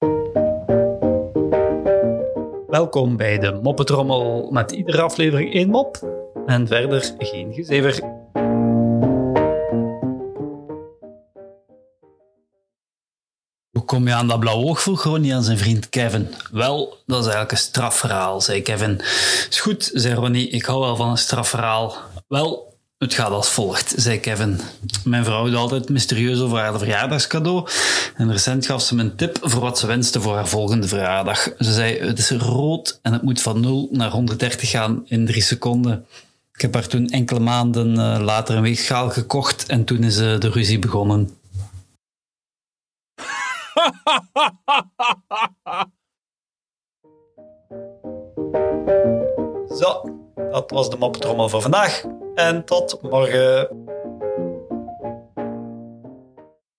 Welkom bij de Moppetrommel met iedere aflevering 1 mop en verder geen gezever. Hoe kom je aan dat blauw oog? Vroeg Ronnie aan zijn vriend Kevin. Wel, dat is eigenlijk een strafverhaal, zei Kevin. Is goed, zei Ronnie, ik hou wel van een strafverhaal. Wel, het gaat als volgt, zei Kevin. Mijn vrouw doet altijd mysterieus over haar verjaardagscadeau en recent gaf ze me een tip voor wat ze wenste voor haar volgende verjaardag. Ze zei, het is rood en het moet van 0 naar 130 gaan in 3 seconden. Ik heb haar toen enkele maanden later een weegschaal gekocht en toen is de ruzie begonnen. Zo, dat was de Moppetrommel voor vandaag en tot morgen.